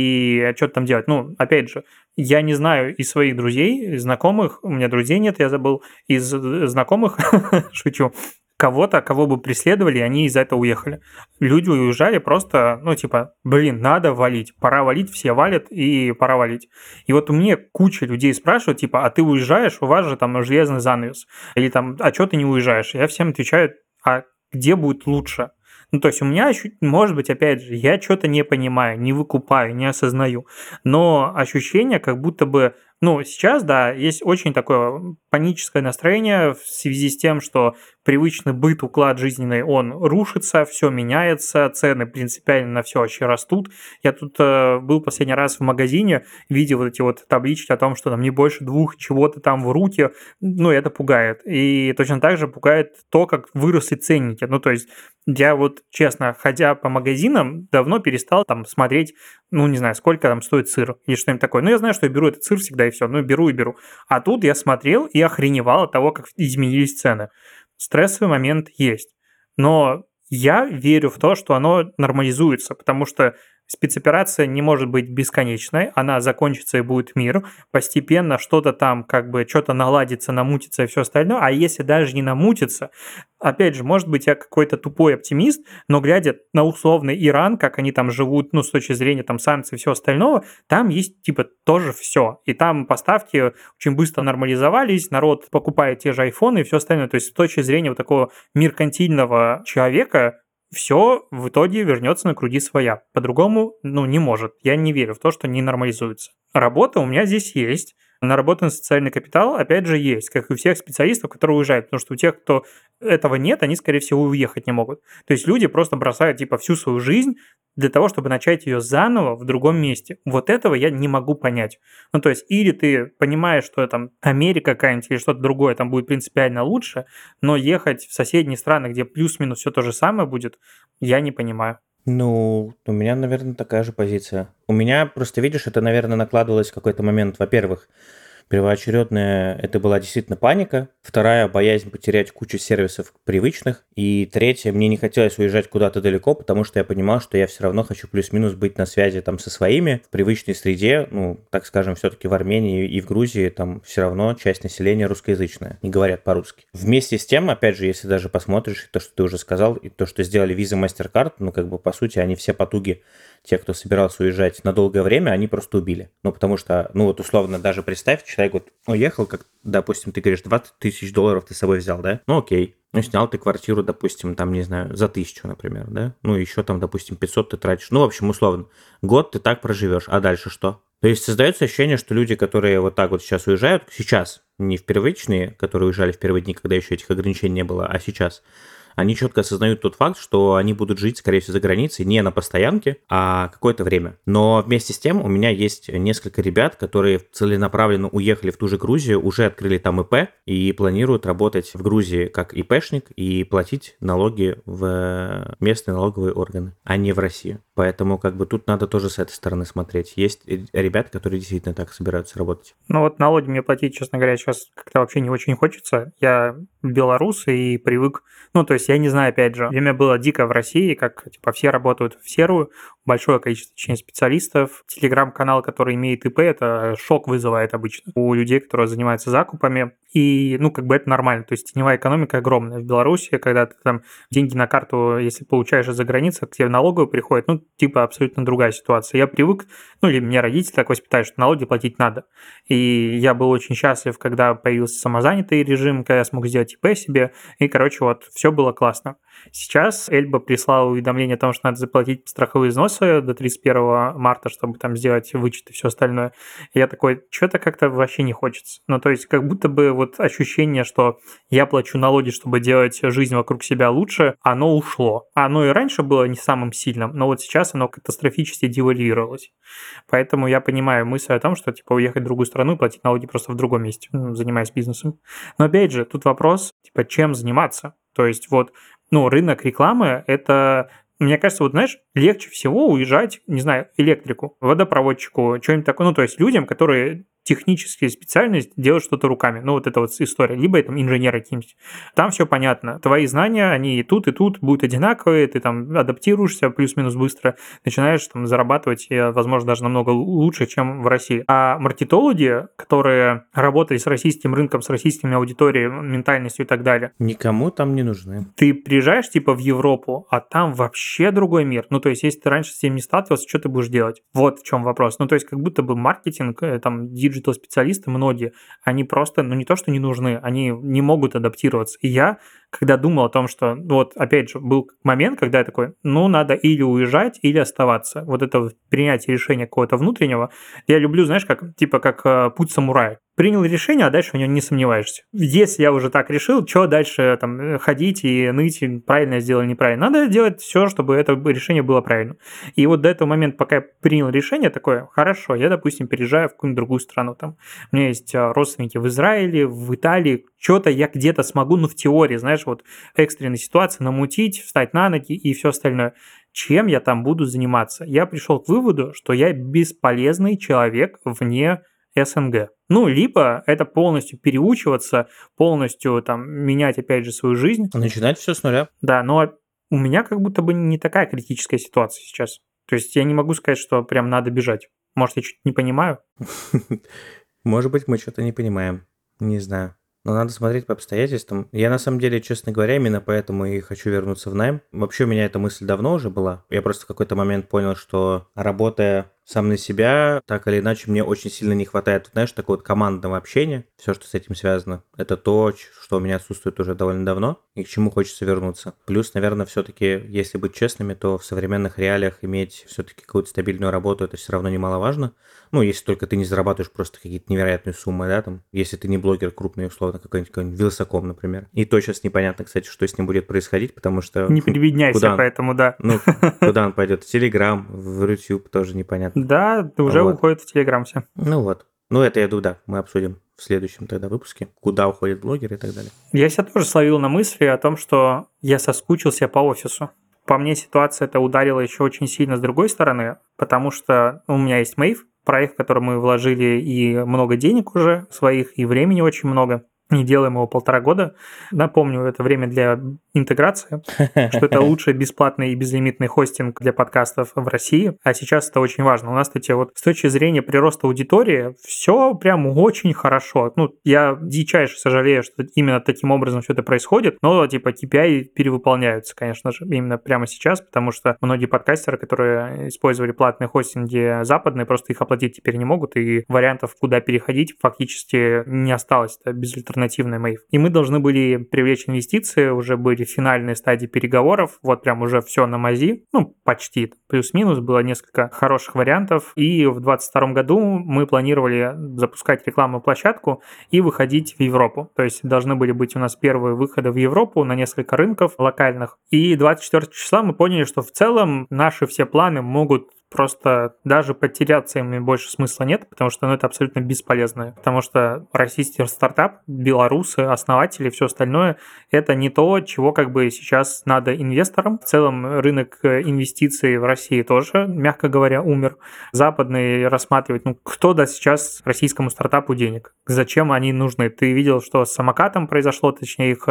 и что-то там делать. Ну, опять же, я не знаю из своих друзей, из знакомых, у меня друзей нет, я забыл, из знакомых, шучу, кого-то, кого бы преследовали, они из-за этого уехали. Люди уезжали просто, ну, типа, блин, надо валить, пора валить, все валят, и пора валить. И вот у меня куча людей спрашивают, типа, а ты уезжаешь, у вас же там железный занавес, или там, а что ты не уезжаешь? Я всем отвечаю, а где будет лучше? Ну, то есть у меня, может быть, опять же, я что-то не понимаю, не выкупаю, не осознаю, но ощущение, как будто бы, ну, сейчас, да, есть очень такое паническое настроение в связи с тем, что привычный быт, уклад жизненный, он рушится, все меняется, цены принципиально на все вообще растут. Я тут э, был последний раз в магазине, видел вот эти вот таблички о том, что там не больше двух чего-то там в руки, ну, это пугает. И точно так же пугает то, как выросли ценники. Ну, то есть я вот, честно, ходя по магазинам, давно перестал там смотреть, ну, не знаю, сколько там стоит сыр или что-нибудь такое. Ну, я знаю, что я беру этот сыр всегда и все, ну, беру и беру. А тут я смотрел и охреневал от того, как изменились цены. Стрессовый момент есть. Но я верю в то, что оно нормализуется, потому что спецоперация не может быть бесконечной, она закончится и будет мир, постепенно что-то там как бы что-то наладится, намутится и все остальное, а если даже не намутится, опять же, может быть, я какой-то тупой оптимист, но глядя на условный Иран, как они там живут, ну, с точки зрения там санкций и всего остального, там есть типа тоже все, и там поставки очень быстро нормализовались, народ покупает те же айфоны и все остальное, то есть с точки зрения вот такого меркантильного человека, все в итоге вернется на круги своя. По-другому, ну, не может. Я не верю в то, что не нормализуется. Работа у меня здесь есть. Наработанный социальный капитал, опять же, есть, как и у всех специалистов, которые уезжают. Потому что у тех, кто этого нет, они, скорее всего, уехать не могут. То есть люди просто бросают, типа, всю свою жизнь для того, чтобы начать ее заново в другом месте. Вот этого я не могу понять. Ну, то есть, или ты понимаешь, что там Америка какая-нибудь или что-то другое там будет принципиально лучше, но ехать в соседние страны, где плюс-минус все то же самое будет, я не понимаю. Ну, у меня, наверное, такая же позиция. У меня, просто видишь, это, наверное, накладывалось в какой-то момент. Во-первых, первоочередная это была действительно паника. Вторая – боязнь потерять кучу сервисов привычных. И третья – мне не хотелось уезжать куда-то далеко, потому что я понимал, что я все равно хочу плюс-минус быть на связи там со своими в привычной среде. Ну, так скажем, все-таки в Армении и в Грузии там все равно часть населения русскоязычная, не говорят по-русски. Вместе с тем, опять же, если даже посмотришь то, что ты уже сказал, и то, что сделали Visa, MasterCard, ну, как бы, по сути, они все потуги, те, кто собирался уезжать на долгое время, они просто убили. Ну, потому что, ну, вот условно, даже представь, человек вот уехал, как, допустим, ты говоришь, двадцать тысяч долларов ты с собой взял, да? Ну, окей. Ну, снял ты квартиру, допустим, там, не знаю, за тысячу, например, да? Ну, еще там, допустим, пятьсот ты тратишь. Ну, в общем, условно, год ты так проживешь, а дальше что? То есть создается ощущение, что люди, которые вот так вот сейчас уезжают, сейчас, не в первичные, которые уезжали в первые дни, когда еще этих ограничений не было, а сейчас, они четко осознают тот факт, что они будут жить, скорее всего, за границей не на постоянке, а какое-то время. Но вместе с тем у меня есть несколько ребят, которые целенаправленно уехали в ту же Грузию, уже открыли там ИП и планируют работать в Грузии как ИПшник и платить налоги в местные налоговые органы, а не в Россию. Поэтому как бы тут надо тоже с этой стороны смотреть. Есть ребят, которые действительно так собираются работать. Ну вот налоги мне платить, честно говоря, сейчас как-то вообще не очень хочется. Я белорус и привык, ну то есть я не знаю, опять же, время было дико в России, как типа все работают в серую, большое количество, точнее, специалистов. Телеграм-канал, который имеет ИП, это шок вызывает обычно у людей, которые занимаются закупами. И, ну, как бы это нормально. То есть теневая экономика огромная. В Беларуси, когда ты там деньги на карту, если получаешь из-за границы, к тебе налоговый приходит, ну, типа абсолютно другая ситуация. Я привык, ну, или мне родители так воспитали, что налоги платить надо. И я был очень счастлив, когда появился самозанятый режим, когда я смог сделать ИП себе. И, короче, вот, все было классно. Сейчас Эльба прислала уведомление о том, что надо заплатить страховые взносы до тридцать первого марта, чтобы там сделать вычет и все остальное. И я такой, что-то как-то вообще не хочется. Ну, то есть, как будто бы вот ощущение, что я плачу налоги, чтобы делать жизнь вокруг себя лучше, оно ушло. Оно и раньше было не самым сильным, но вот сейчас оно катастрофически девальвировалось. Поэтому я понимаю мысль о том, что, типа, уехать в другую страну и платить налоги просто в другом месте, ну, занимаясь бизнесом. Но, опять же, тут вопрос, типа, чем заниматься? То есть, вот, ну, рынок рекламы – это, мне кажется, вот, знаешь, легче всего уезжать, не знаю, электрику, водопроводчику, что-нибудь такое, ну, то есть людям, которые технические специальности делают что-то руками. Ну, вот это вот история. Либо это инженеры какие-нибудь. Там все понятно. Твои знания, они и тут, и тут будут одинаковые, ты там адаптируешься плюс-минус быстро, начинаешь там зарабатывать, возможно, даже намного лучше, чем в России. А маркетологи, которые работали с российским рынком, с российскими аудиторией, ментальностью и так далее, Никому там не нужны. ты приезжаешь типа в Европу, а там вообще другой мир. Ну, то есть, если ты раньше с этим не сталкивался, что ты будешь делать? Вот в чем вопрос. Ну, то есть, как будто бы маркетинг, там, диджитал-специалисты, многие, они просто, ну, не то, что не нужны, они не могут адаптироваться. И я, когда думал о том, что, вот, опять же, был момент, когда я такой, ну, надо или уезжать, или оставаться. Вот это вот принятие решения какого-то внутреннего. Я люблю, знаешь, как, типа, как э, путь самурая. Принял решение, а дальше в нем не сомневаешься. Если я уже так решил, что дальше там ходить и ныть, правильно я сделал, неправильно. Надо делать все, чтобы это решение было правильно. И вот до этого момента, пока я принял решение, такое, хорошо, я, допустим, переезжаю в какую-нибудь другую страну. Там. У меня есть родственники в Израиле, в Италии. Что-то я где-то смогу, ну, в теории, знаешь, вот экстренной ситуации намутить, встать на ноги и все остальное. Чем я там буду заниматься? Я пришел к выводу, что я бесполезный человек вне СНГ. Ну, либо это полностью переучиваться, полностью там менять, опять же, свою жизнь. Начинать все с нуля. Да, но у меня как будто бы не такая критическая ситуация сейчас. То есть я не могу сказать, что прям надо бежать. Может, я что-то не понимаю? Может быть, мы что-то не понимаем. Не знаю. Но надо смотреть по обстоятельствам. Я, на самом деле, честно говоря, именно поэтому и хочу вернуться в найм. Вообще, у меня эта мысль давно уже была. Я просто в какой-то момент понял, что работая сам на себя, так или иначе, мне очень сильно не хватает, знаешь, такого вот командного общения. Все, что с этим связано, это то, что у меня отсутствует уже довольно давно и к чему хочется вернуться. Плюс, наверное, все-таки, если быть честными, то в современных реалиях иметь все-таки какую-то стабильную работу, это все равно немаловажно. Ну, если только ты не зарабатываешь просто какие-то невероятные суммы, да, там, если ты не блогер крупный, условно, какой-нибудь, какой-нибудь Вилсаком, например. И то сейчас непонятно, кстати, что с ним будет происходить, потому что... Не прибедняйся, куда он, поэтому да. Ну, куда он пойдет? В Телеграм, в YouTube тоже непонятно. Да, уже Вот. уходит в Телеграм все. Ну вот. Ну, это я думаю, да, мы обсудим в следующем тогда выпуске, куда уходят блогеры и так далее. Я себя тоже словил на мысли о том, что я соскучился по офису. По мне ситуация это ударила еще очень сильно с другой стороны, потому что у меня есть Мэйв, проект, в который мы вложили и много денег уже своих, и времени очень много. Не делаем его полтора года. Напомню, это время для интеграции, что это лучший бесплатный и безлимитный хостинг для подкастов в России. А сейчас это очень важно. У нас, кстати, вот с точки зрения прироста аудитории все прям очень хорошо. Ну, я дичайше сожалею, что именно таким образом все это происходит, но типа кей пи ай перевыполняются, конечно же, именно прямо сейчас, потому что многие подкастеры, которые использовали платные хостинги западные, просто их оплатить теперь не могут, и вариантов, куда переходить, фактически не осталось. Это безальтернативная Мэйв. И мы должны были привлечь инвестиции, уже были финальные стадии переговоров, вот прям уже все на мази, ну, почти, плюс-минус, было несколько хороших вариантов, и в двадцать втором году мы планировали запускать рекламную площадку и выходить в Европу, то есть должны были быть у нас первые выходы в Европу на несколько рынков локальных, и двадцать четвёртого числа мы поняли, что в целом наши все планы могут просто даже потеряться ими больше смысла нет, потому что ну, это абсолютно бесполезно. Потому что российский стартап, белорусы, основатели, все остальное, это не то, чего как бы сейчас надо инвесторам. В целом рынок инвестиций в России тоже, мягко говоря, умер. Западные рассматривать, ну кто даст сейчас российскому стартапу денег? Зачем они нужны? Ты видел, что с самокатом произошло, точнее их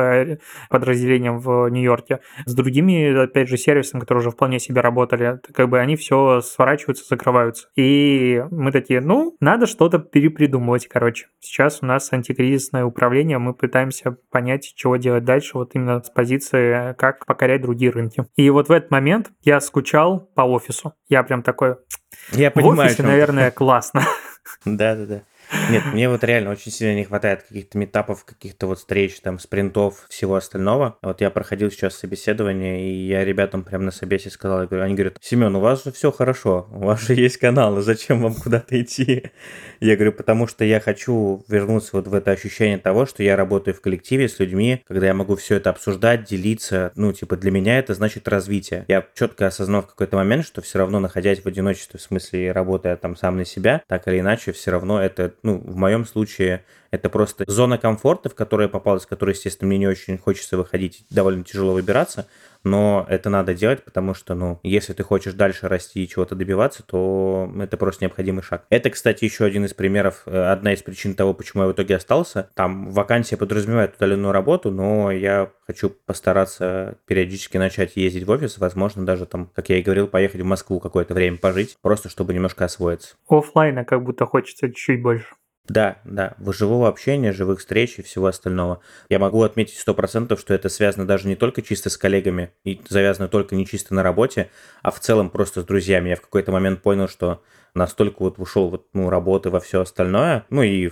подразделением в Нью-Йорке, с другими, опять же, сервисами, которые уже вполне себе работали, как бы они все сворачиваются, закрываются. И мы такие, ну, надо что-то перепридумывать, короче. Сейчас у нас антикризисное управление, мы пытаемся понять, чего делать дальше, вот именно с позиции, как покорять другие рынки. И вот в этот момент я скучал по офису. Я прям такой, Я в понимаю, о офисе, чем ты. наверное, классно. Да-да-да. Нет, мне вот реально очень сильно не хватает каких-то митапов, каких-то вот встреч, там, спринтов, всего остального. Вот я проходил сейчас собеседование, и я ребятам прям на собесе сказал, я говорю, они говорят, Семен, у вас же все хорошо, у вас же есть каналы, зачем вам куда-то идти? Я говорю, потому что я хочу вернуться вот в это ощущение того, что я работаю в коллективе с людьми, когда я могу все это обсуждать, делиться. Ну, типа, для меня это значит развитие. Я четко осознал в какой-то момент, что все равно, находясь в одиночестве, в смысле, работая там сам на себя, так или иначе, все равно это, ну, в моем случае, это просто зона комфорта, в которую я попал, из которой, естественно, мне не очень хочется выходить, довольно тяжело выбираться, но это надо делать, потому что, ну, если ты хочешь дальше расти и чего-то добиваться, то это просто необходимый шаг. Это, кстати, еще один из примеров, одна из причин того, почему я в итоге остался. Там вакансия подразумевает удаленную работу, но я хочу постараться периодически начать ездить в офис, возможно, даже там, как я и говорил, поехать в Москву какое-то время пожить, просто чтобы немножко освоиться. Оффлайна как будто хочется чуть-чуть больше. Да, да, в живого общения, живых встреч и всего остального. Я могу отметить сто процентов, что это связано даже не только чисто с коллегами, и завязано только не чисто на работе, а в целом просто с друзьями. Я в какой-то момент понял, что настолько вот ушел вот, ну, работы во все остальное, ну и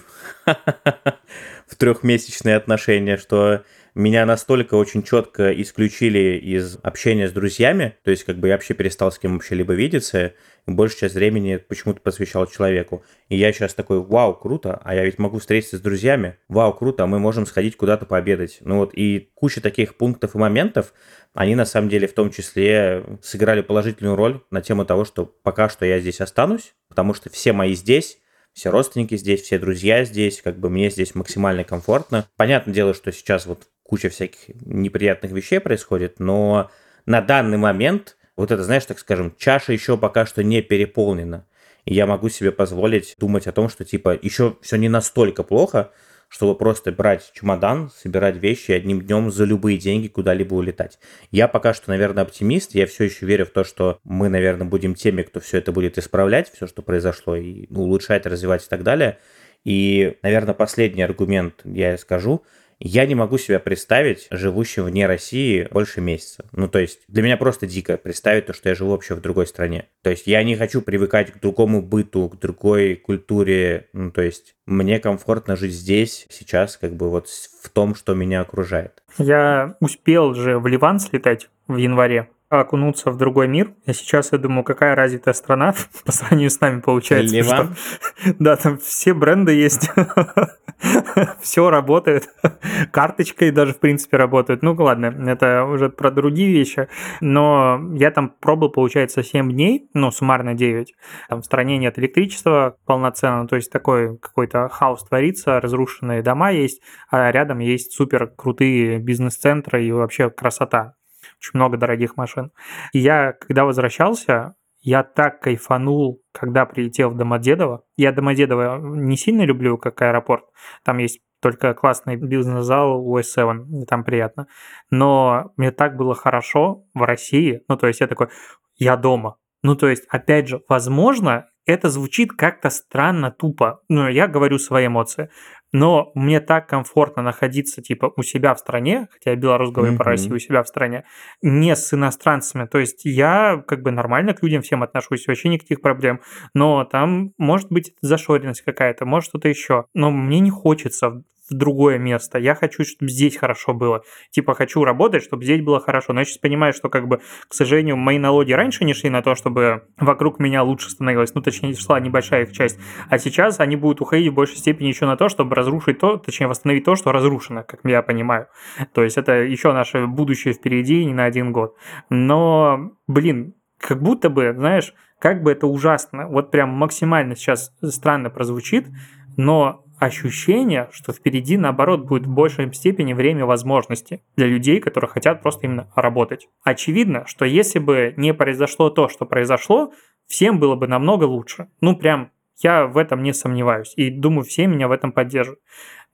в трехмесячные отношения, что меня настолько очень четко исключили из общения с друзьями, то есть как бы я вообще перестал с кем вообще либо видеться, и большую часть времени почему-то посвящал человеку. И я сейчас такой, вау, круто, а я ведь могу встретиться с друзьями, вау, круто, а мы можем сходить куда-то пообедать. Ну вот и куча таких пунктов и моментов, они на самом деле в том числе сыграли положительную роль на тему того, что пока что я здесь останусь, потому что все мои здесь, все родственники здесь, все друзья здесь, как бы мне здесь максимально комфортно. Понятное дело, что сейчас вот куча всяких неприятных вещей происходит, но на данный момент, вот это, знаешь, так скажем, чаша еще пока что не переполнена. И я могу себе позволить думать о том, что типа еще все не настолько плохо, чтобы просто брать чемодан, собирать вещи и одним днем за любые деньги куда-либо улетать. Я пока что, наверное, оптимист, я все еще верю в то, что мы, наверное, будем теми, кто все это будет исправлять, все, что произошло, и ну, улучшать, развивать и так далее. И, наверное, последний аргумент я скажу. Я не могу себя представить живущим вне России больше месяца. Ну, то есть, для меня просто дико представить то, что я живу вообще в другой стране. То есть, я не хочу привыкать к другому быту, к другой культуре. Ну, то есть, мне комфортно жить здесь, сейчас, как бы вот в том, что меня окружает. Я успел же в Ливан слетать в январе, окунуться в другой мир. А сейчас я думаю, какая развитая страна по сравнению с нами получается. Ливан? Что, да, там все бренды есть, все работает, карточкой даже в принципе работает. Ну ладно, это уже про другие вещи. Но я там пробовал, получается, семь дней, ну суммарно девять. Там в стране нет электричества полноценно, то есть такой какой-то хаос творится, разрушенные дома есть, а рядом есть супер крутые бизнес-центры и вообще красота. Очень много дорогих машин. И я, когда возвращался, я так кайфанул, когда прилетел в Домодедово. Я Домодедово не сильно люблю, как аэропорт. Там есть только классный бизнес-зал у эс семь, там приятно. Но мне так было хорошо в России. Ну, то есть я такой, я дома. Ну, то есть, опять же, возможно, это звучит как-то странно, тупо. Ну, я говорю свои эмоции. Но мне так комфортно находиться, типа, у себя в стране, хотя я белорус говорю mm-hmm. по России, у себя в стране, не с иностранцами. То есть я как бы нормально к людям всем отношусь, вообще никаких проблем. Но там может быть зашоренность какая-то, может что-то еще. Но мне не хочется в другое место. Я хочу, чтобы здесь хорошо было. Типа, хочу работать, чтобы здесь было хорошо. Но я сейчас понимаю, что, как бы, к сожалению, мои налоги раньше не шли на то, чтобы вокруг меня лучше становилось. Ну, точнее, шла небольшая их часть. А сейчас они будут уходить в большей степени еще на то, чтобы разрушить то, точнее, восстановить то, что разрушено, как я понимаю. То есть это еще наше будущее впереди не на один год. Но, блин, как будто бы, знаешь, как бы это ужасно, вот прям максимально сейчас странно прозвучит, но ощущение, что впереди, наоборот, будет в большей степени время возможностей для людей, которые хотят просто именно работать. Очевидно, что если бы не произошло то, что произошло, всем было бы намного лучше. Ну, прям я в этом не сомневаюсь. И думаю, все меня в этом поддержат.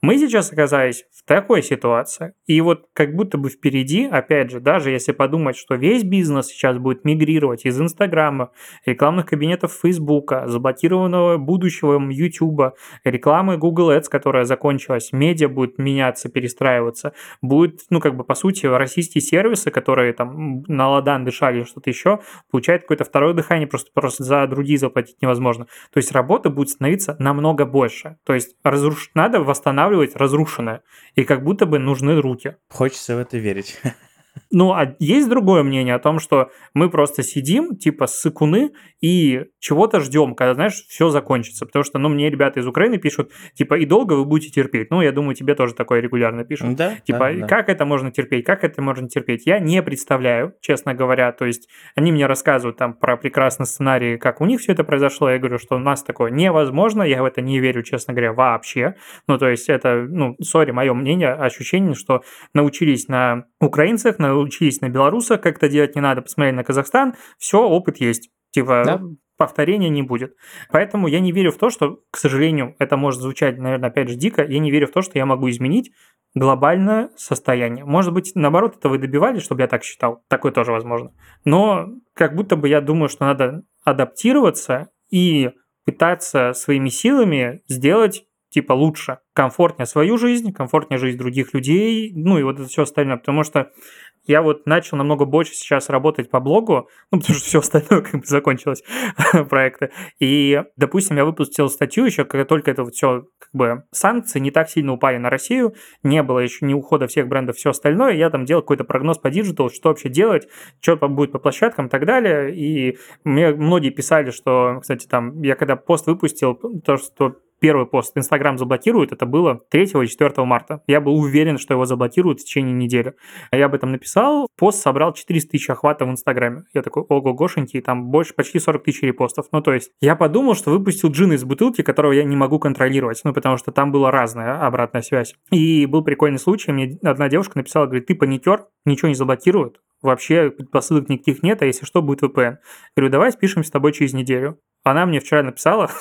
Мы сейчас оказались в такой ситуации, и вот как будто бы впереди, опять же, даже если подумать, что весь бизнес сейчас будет мигрировать из Инстаграма, рекламных кабинетов Фейсбука, заблокированного будущего Ютуба, рекламы Google Ads, которая закончилась, медиа будет меняться, перестраиваться, будет, ну, как бы, по сути, российские сервисы, которые там на ладан дышали или что-то еще, получают какое-то второе дыхание, просто, просто за другие заплатить невозможно. То есть работа будет становиться намного больше. То есть разруш... надо восстанавливать разрушенное, и как будто бы нужны руки. Хочется в это верить. Ну, а есть другое мнение о том, что мы просто сидим, типа, ссыкуны, и чего-то ждем, когда, знаешь, все закончится. Потому что, ну, мне ребята из Украины пишут, типа, и долго вы будете терпеть. Ну, я думаю, тебе тоже такое регулярно пишут. Да, Типа, да, да. как это можно терпеть, как это можно терпеть? Я не представляю, честно говоря. То есть они мне рассказывают там про прекрасный сценарий, как у них все это произошло. Я говорю, что у нас такое невозможно, я в это не верю, честно говоря, вообще. Ну, то есть это, ну, сори, мое мнение, ощущение, что научились на украинцах, научились на белорусах, как это делать не надо, посмотрели на Казахстан, все, опыт есть. Типа, Да. повторения не будет. Поэтому я не верю в то, что, к сожалению, это может звучать, наверное, опять же дико, я не верю в то, что я могу изменить глобальное состояние. Может быть, наоборот, это вы добивались, чтобы я так считал. Такое тоже возможно. Но как будто бы я думаю, что надо адаптироваться и пытаться своими силами сделать типа лучше, комфортнее свою жизнь, комфортнее жизнь других людей, ну и вот это все остальное, потому что я вот начал намного больше сейчас работать по блогу, ну, потому что все остальное как бы закончилось, проекты. И, допустим, я выпустил статью еще, когда только это вот все, как бы, санкции не так сильно упали на Россию, не было еще ни ухода всех брендов, все остальное. Я там делал какой-то прогноз по диджиталу, что вообще делать, что будет по площадкам и так далее. И мне многие писали, что, кстати, там, я когда пост выпустил, то, что первый пост Инстаграм заблокирует, это было третьего и четвёртого марта. Я был уверен, что его заблокируют в течение недели. Я об этом написал, пост собрал четыреста тысяч охватов в Инстаграме. Я такой, ого-гошеньки, и там больше, почти сорок тысяч репостов. Ну, то есть, я подумал, что выпустил джин из бутылки, которого я не могу контролировать, ну, потому что там была разная обратная связь. И был прикольный случай, мне одна девушка написала, говорит, ты паникер, ничего не заблокируют, вообще предпосылок никаких нет, а если что, будет ви пи эн. Говорю, давай спишем с тобой через неделю. Она мне вчера написала,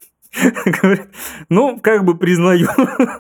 говорит, ну, как бы признаю.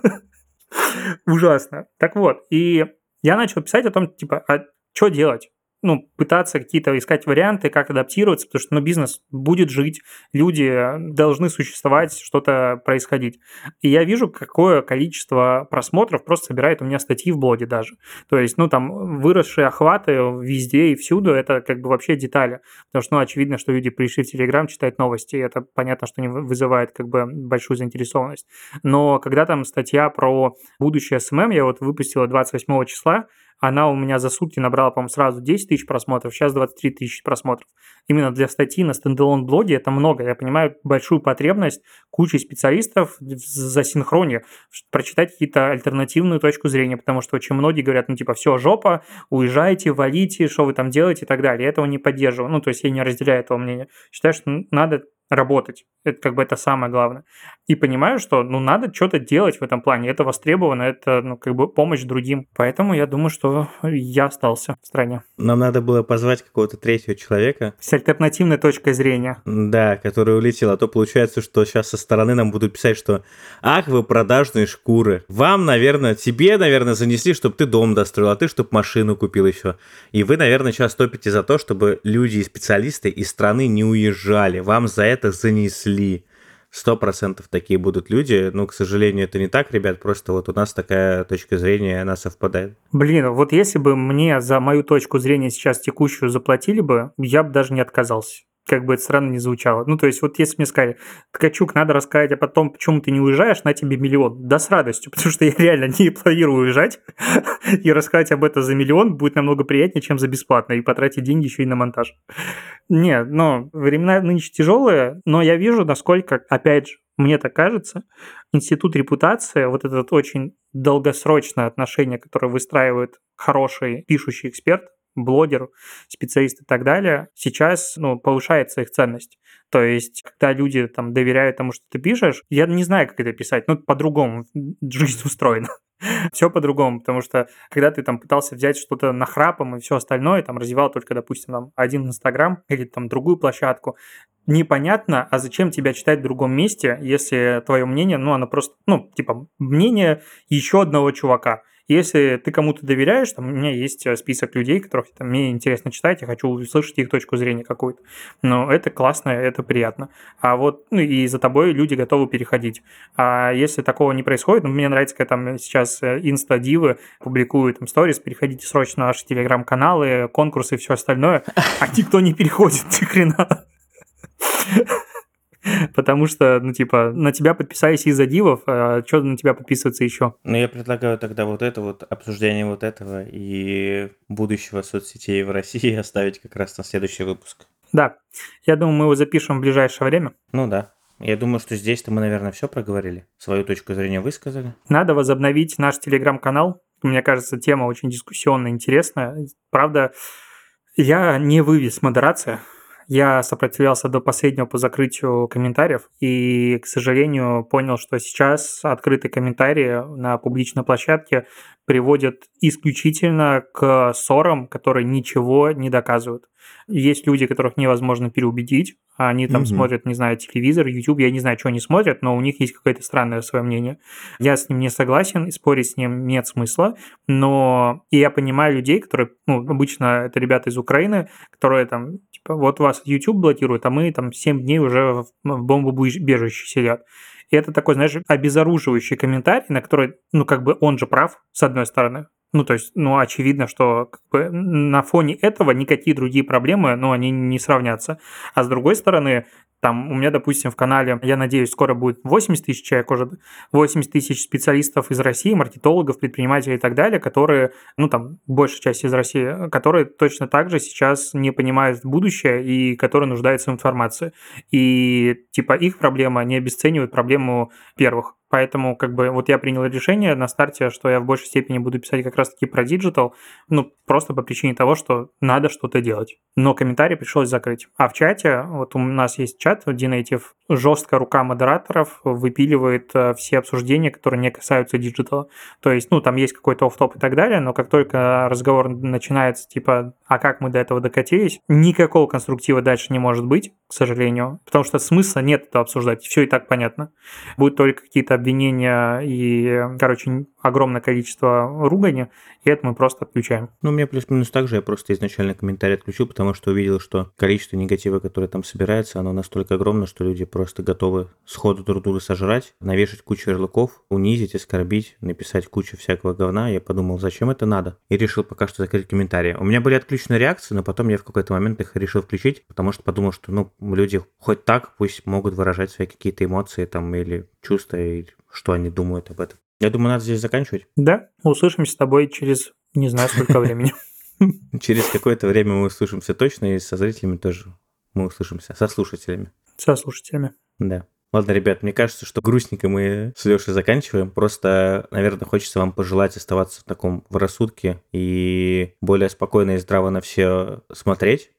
Ужасно. Так вот, и я начал писать о том, типа, а что делать? Ну, пытаться какие-то искать варианты, как адаптироваться, потому что, ну, бизнес будет жить, люди должны существовать, что-то происходить. И я вижу, какое количество просмотров просто собирает у меня статьи в блоге даже. То есть, ну, там, выросшие охваты везде и всюду, это как бы вообще детали. Потому что, ну, очевидно, что люди пришли в Телеграм читать новости, и это понятно, что не вызывает как бы большую заинтересованность. Но когда там статья про будущее эс эм эм, я вот выпустила двадцать восьмого числа, она у меня за сутки набрала, по-моему, сразу десять тысяч просмотров, сейчас двадцать три тысячи просмотров. Именно для статьи на стендалон-блоге это много. Я понимаю большую потребность кучи специалистов за синхроне прочитать какие-то альтернативную точку зрения, потому что очень многие говорят, ну, типа, все, жопа, уезжайте, валите, что вы там делаете и так далее. Я этого не поддерживаю. Ну, то есть я не разделяю этого мнения. Считаю, что надо работать. Это как бы это самое главное. И понимаю, что ну надо что-то делать в этом плане. Это востребовано, это ну как бы помощь другим. Поэтому я думаю, что я остался в стране. Нам надо было позвать какого-то третьего человека. С альтернативной точкой зрения. Да, который улетел. А то получается, что сейчас со стороны нам будут писать, что ах, вы продажные шкуры. Вам, наверное, тебе, наверное, занесли, чтобы ты дом достроил, а ты, чтобы машину купил еще. И вы, наверное, сейчас топите за то, чтобы люди и специалисты из страны не уезжали. Вам за это занесли. Сто процентов такие будут люди. Ну, к сожалению, это не так, ребят. Просто вот у нас такая точка зрения, она совпадает. Блин, вот если бы мне за мою точку зрения сейчас текущую заплатили бы, я бы даже не отказался. Как бы это странно не звучало. Ну, то есть, вот если мне сказали, Ткачук, надо рассказать, а потом, почему ты не уезжаешь, на тебе миллион. Да с радостью, потому что я реально не планирую уезжать. И рассказать об этом за миллион будет намного приятнее, чем за бесплатно. И потратить деньги еще и на монтаж. Нет, ну, времена нынче тяжелые, но я вижу, насколько, опять же, мне так кажется, институт репутации, вот этот очень долгосрочное отношение, которое выстраивает хороший пишущий эксперт, блогер, специалист и так далее, сейчас, ну, повышается их ценность. То есть, когда люди там доверяют тому, что ты пишешь, я не знаю, как это писать, ну, по-другому жизнь устроена. Все по-другому, потому что когда ты там пытался взять что-то нахрапом и все остальное, там развивал только, допустим, там один Инстаграм или там другую площадку, непонятно, а зачем тебя читать в другом месте, если твое мнение, ну, оно просто, ну, типа, мнение еще одного чувака. Если ты кому-то доверяешь, там, у меня есть э, список людей, которых там, мне интересно читать, я хочу услышать их точку зрения какую-то. Но это классно, это приятно. А вот, ну, и за тобой люди готовы переходить. А если такого не происходит, ну, мне нравится, когда там сейчас э, инста-дивы публикуют там сторис, переходите срочно на наши телеграм-каналы, конкурсы и все остальное, а никто не переходит ни хрена. Потому что, ну, типа, на тебя подписались из-за дивов, а что на тебя подписываться еще? Ну, я предлагаю тогда вот это вот обсуждение вот этого и будущего соцсетей в России оставить как раз на следующий выпуск. Да, я думаю, мы его запишем в ближайшее время. Ну да. Я думаю, что здесь-то мы, наверное, все проговорили. Свою точку зрения высказали. Надо возобновить наш телеграм-канал. Мне кажется, тема очень дискуссионная, интересная. Правда, я не вывез модерация. Я сопротивлялся до последнего по закрытию комментариев и, к сожалению, понял, что сейчас открытые комментарии на публичной площадке приводят исключительно к ссорам, которые ничего не доказывают. Есть люди, которых невозможно переубедить, они там Мгм. смотрят, не знаю, телевизор, YouTube, я не знаю, что они смотрят, но у них есть какое-то странное свое мнение. Я с ним не согласен, и спорить с ним нет смысла, но и я понимаю людей, которые, ну, обычно это ребята из Украины, которые там, типа, вот вас YouTube блокирует, а мы там семь дней уже в в бомбоубежище сидят. И это такой, знаешь, обезоруживающий комментарий, на который, ну, как бы он же прав, с одной стороны. Ну, то есть, ну, очевидно, что как бы, на фоне этого никакие другие проблемы, ну, они не сравнятся. А с другой стороны, там у меня, допустим, в канале, я надеюсь, скоро будет восемьдесят тысяч человек уже, восемьдесят тысяч специалистов из России, маркетологов, предпринимателей и так далее, которые, ну, там, большая часть из России, которые точно так же сейчас не понимают будущее и которые нуждаются в информации. И, типа, их проблема не обесценивает проблему первых. Поэтому, как бы, вот я принял решение на старте, что я в большей степени буду писать как раз-таки про диджитал, ну, просто по причине того, что надо что-то делать. Но комментарий пришлось закрыть. А в чате, вот у нас есть чат D-Native, жесткая рука модераторов выпиливает э, все обсуждения, которые не касаются диджитала. То есть, ну, там есть какой-то офф-топ и так далее, но как только разговор начинается, типа, а как мы до этого докатились, никакого конструктива дальше не может быть, к сожалению, потому что смысла нет это обсуждать, все и так понятно. Будут только какие-то обвинения и, короче, огромное количество ругани, и это мы просто отключаем. Ну, у меня плюс-минус так же, я просто изначально комментарий отключил, потому что увидел, что количество негатива, которое там собирается, оно настолько огромно, что люди просто готовы сходу друг друга сожрать, навешать кучу ярлыков, унизить, оскорбить, написать кучу всякого говна. Я подумал, зачем это надо? И решил пока что закрыть комментарии. У меня были отключены реакции, но потом я в какой-то момент их решил включить, потому что подумал, что, ну, люди хоть так пусть могут выражать свои какие-то эмоции там или чувства, или что они думают об этом. Я думаю, надо здесь заканчивать. Да, услышимся с тобой через не знаю сколько времени. Через какое-то время мы услышимся точно, и со зрителями тоже мы услышимся, со слушателями. Со слушателями. Да. Ладно, ребят, мне кажется, что грустненько мы с Лешей заканчиваем. Просто, наверное, хочется вам пожелать оставаться в таком в рассудке и более спокойно и здраво на все смотреть.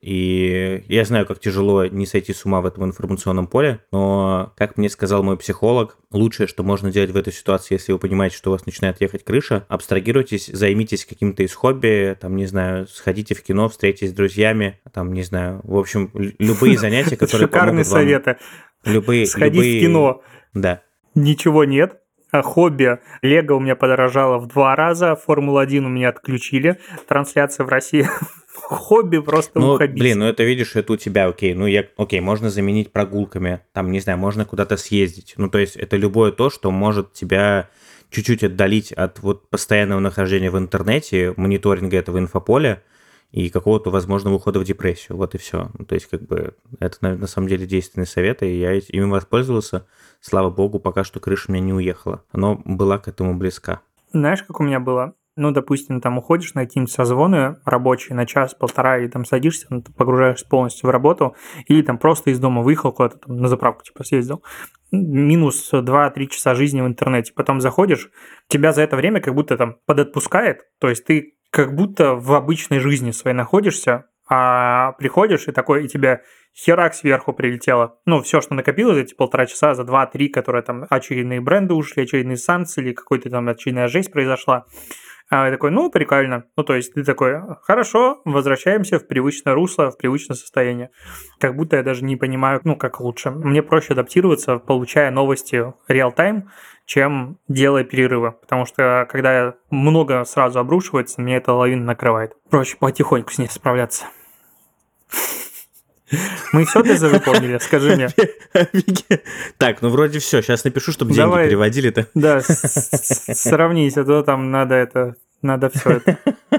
И я знаю, как тяжело не сойти с ума в этом информационном поле, но, как мне сказал мой психолог, лучшее, что можно делать в этой ситуации, если вы понимаете, что у вас начинает ехать крыша, абстрагируйтесь, займитесь каким-то из хобби, там, не знаю, сходите в кино, встретитесь с друзьями, там, не знаю, в общем, любые занятия, которые Шикарные помогут вам... советы. Любые, Сходить любые... в кино. Да. Ничего нет. А хобби. Лего у меня подорожало в два раза. Формула один у меня отключили. Трансляция в России. Хобби просто Ну, уходить. блин, ну это видишь, это у тебя, окей. Ну, я, окей, можно заменить прогулками. Там, не знаю, можно куда-то съездить. Ну, то есть это любое то, что может тебя чуть-чуть отдалить от вот постоянного нахождения в интернете, мониторинга этого инфополя и какого-то возможного ухода в депрессию. Вот и все. Ну, то есть, как бы, это на, на самом деле действенные советы, и я ими воспользовался. Слава богу, пока что крыша у меня не уехала. Она была к этому близка. Знаешь, как у меня было? Ну, допустим, там уходишь на какие-нибудь созвоны рабочие на час-полтора, или там садишься, ну, ты погружаешься полностью в работу, или там просто из дома выехал куда-то, там, на заправку типа съездил. Минус два-три часа жизни в интернете. Потом заходишь, тебя за это время как будто там подотпускает, то есть ты как будто в обычной жизни своей находишься, А приходишь, и такой, и тебе херак сверху прилетело. Ну, все, что накопилось за эти полтора часа, за два-три, которые там очередные бренды ушли, очередные санкции или какой-то там очередная жесть произошла. А я такой, ну, прикольно. Ну, то есть ты такой, хорошо, возвращаемся в привычное русло, в привычное состояние. Как будто я даже не понимаю, ну, как лучше. Мне проще адаптироваться, получая новости реал-тайм, чем делая перерывы. Потому что когда много сразу обрушивается, меня эта лавина накрывает. Проще потихоньку с ней справляться. Мы все ТЗ выполнили, скажи мне. Так, ну вроде все. Сейчас напишу, чтобы деньги Давай. переводили-то. Да, с- с- сравнись, а то там надо это, надо все это.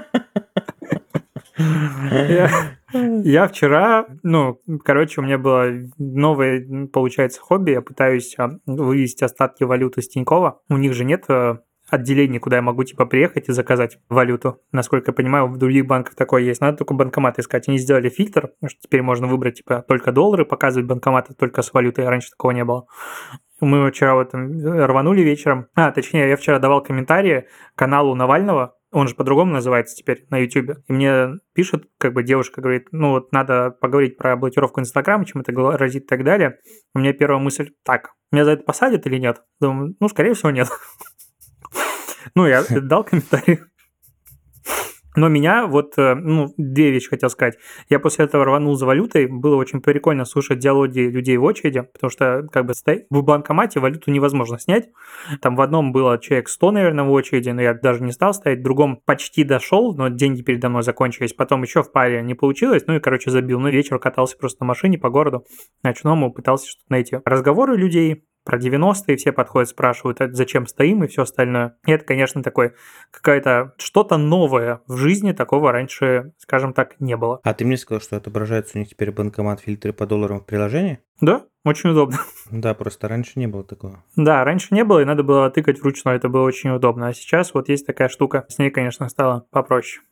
Я, я вчера, ну, короче, у меня было новое, получается, хобби. Я пытаюсь а, вывести остатки валюты с Тинькова. У них же нет а, отделений, куда я могу, типа, приехать и заказать валюту. Насколько я понимаю, в других банках такое есть. Надо только банкомат искать. Они сделали фильтр, что теперь можно выбрать, типа, только доллары, показывать банкоматы только с валютой. Раньше такого не было. Мы вчера вот там рванули вечером. А, точнее, я вчера давал комментарии каналу Навального. Он же по-другому называется теперь на YouTube. И мне пишет, как бы девушка говорит, ну вот надо поговорить про блокировку Инстаграма, чем это грозит и так далее. У меня первая мысль, так, меня за это посадят или нет? Думаю, ну, скорее всего, нет. Ну, я дал комментарий. Но меня вот, ну, две вещи хотел сказать. Я после этого рванул за валютой. Было очень прикольно слушать диалоги людей в очереди, потому что как бы в банкомате валюту невозможно снять. Там в одном было человек сто, наверное, в очереди, но я даже не стал стоять. В другом почти дошел, но деньги передо мной закончились. Потом еще в паре не получилось, ну и, короче, забил. Ну, вечер катался просто на машине по городу. Ночному пытался что-то найти. Разговоры людей про девяностые, все подходят, спрашивают, зачем стоим и все остальное. И это, конечно, такое какое-то что-то новое в жизни, такого раньше, скажем так, не было. А ты мне сказал, что отображается у них теперь банкомат фильтры по долларам в приложении? Да, очень удобно. Да, просто раньше не было такого. Да, раньше не было, и надо было тыкать вручную, это было очень удобно. А сейчас вот есть такая штука, с ней, конечно, стало попроще.